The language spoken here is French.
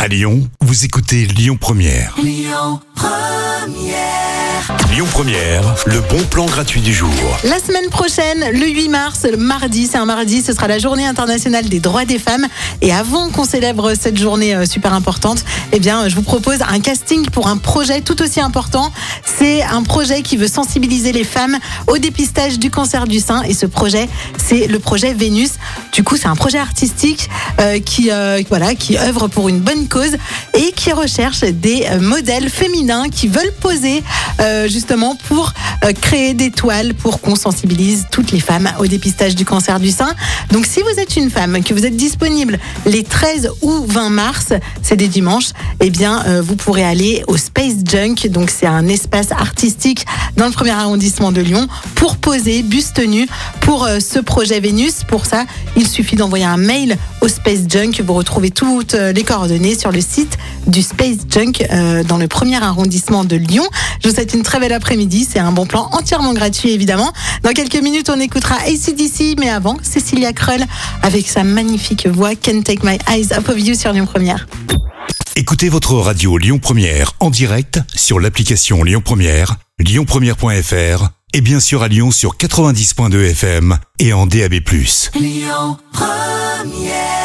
À Lyon, vous écoutez Lyon Première. Lyon Première. Lyon Première, le bon plan gratuit du jour. La semaine prochaine, le 8 mars, le mardi, c'est un mardi, ce sera la journée internationale des droits des femmes. Et avant qu'on célèbre cette journée super importante, je vous propose un casting pour un projet tout aussi important. C'est un projet qui veut sensibiliser les femmes au dépistage du cancer du sein. Et ce projet, c'est le projet Vénus. Du coup, c'est un projet artistique qui œuvre pour une bonne cause et qui recherche des modèles féminins qui veulent poser justement pour créer des toiles pour qu'on sensibilise toutes les femmes au dépistage du cancer du sein. Donc si vous êtes une femme, que vous êtes disponible les 13 ou 20 mars, c'est des dimanches, vous pourrez aller au Space Junk, donc c'est un espace artistique dans le 1er arrondissement de Lyon, pour poser buste nu pour ce projet Vénus. Pour ça, il suffit d'envoyer un mail au Space Junk. Vous retrouvez toutes les coordonnées sur le site du Space Junk dans le 1er arrondissement de Lyon. Je vous souhaite une très belle après-midi. C'est un bon plan entièrement gratuit, évidemment. Dans quelques minutes, on écoutera AC/DC, mais avant, Cécilia Krull avec sa magnifique voix Can't Take My Eyes Off of You sur Lyon Première. Écoutez votre radio Lyon Première en direct sur l'application Lyon Première, lyonpremière.fr et bien sûr à Lyon sur 90.2 FM et en DAB+. Lyon Première.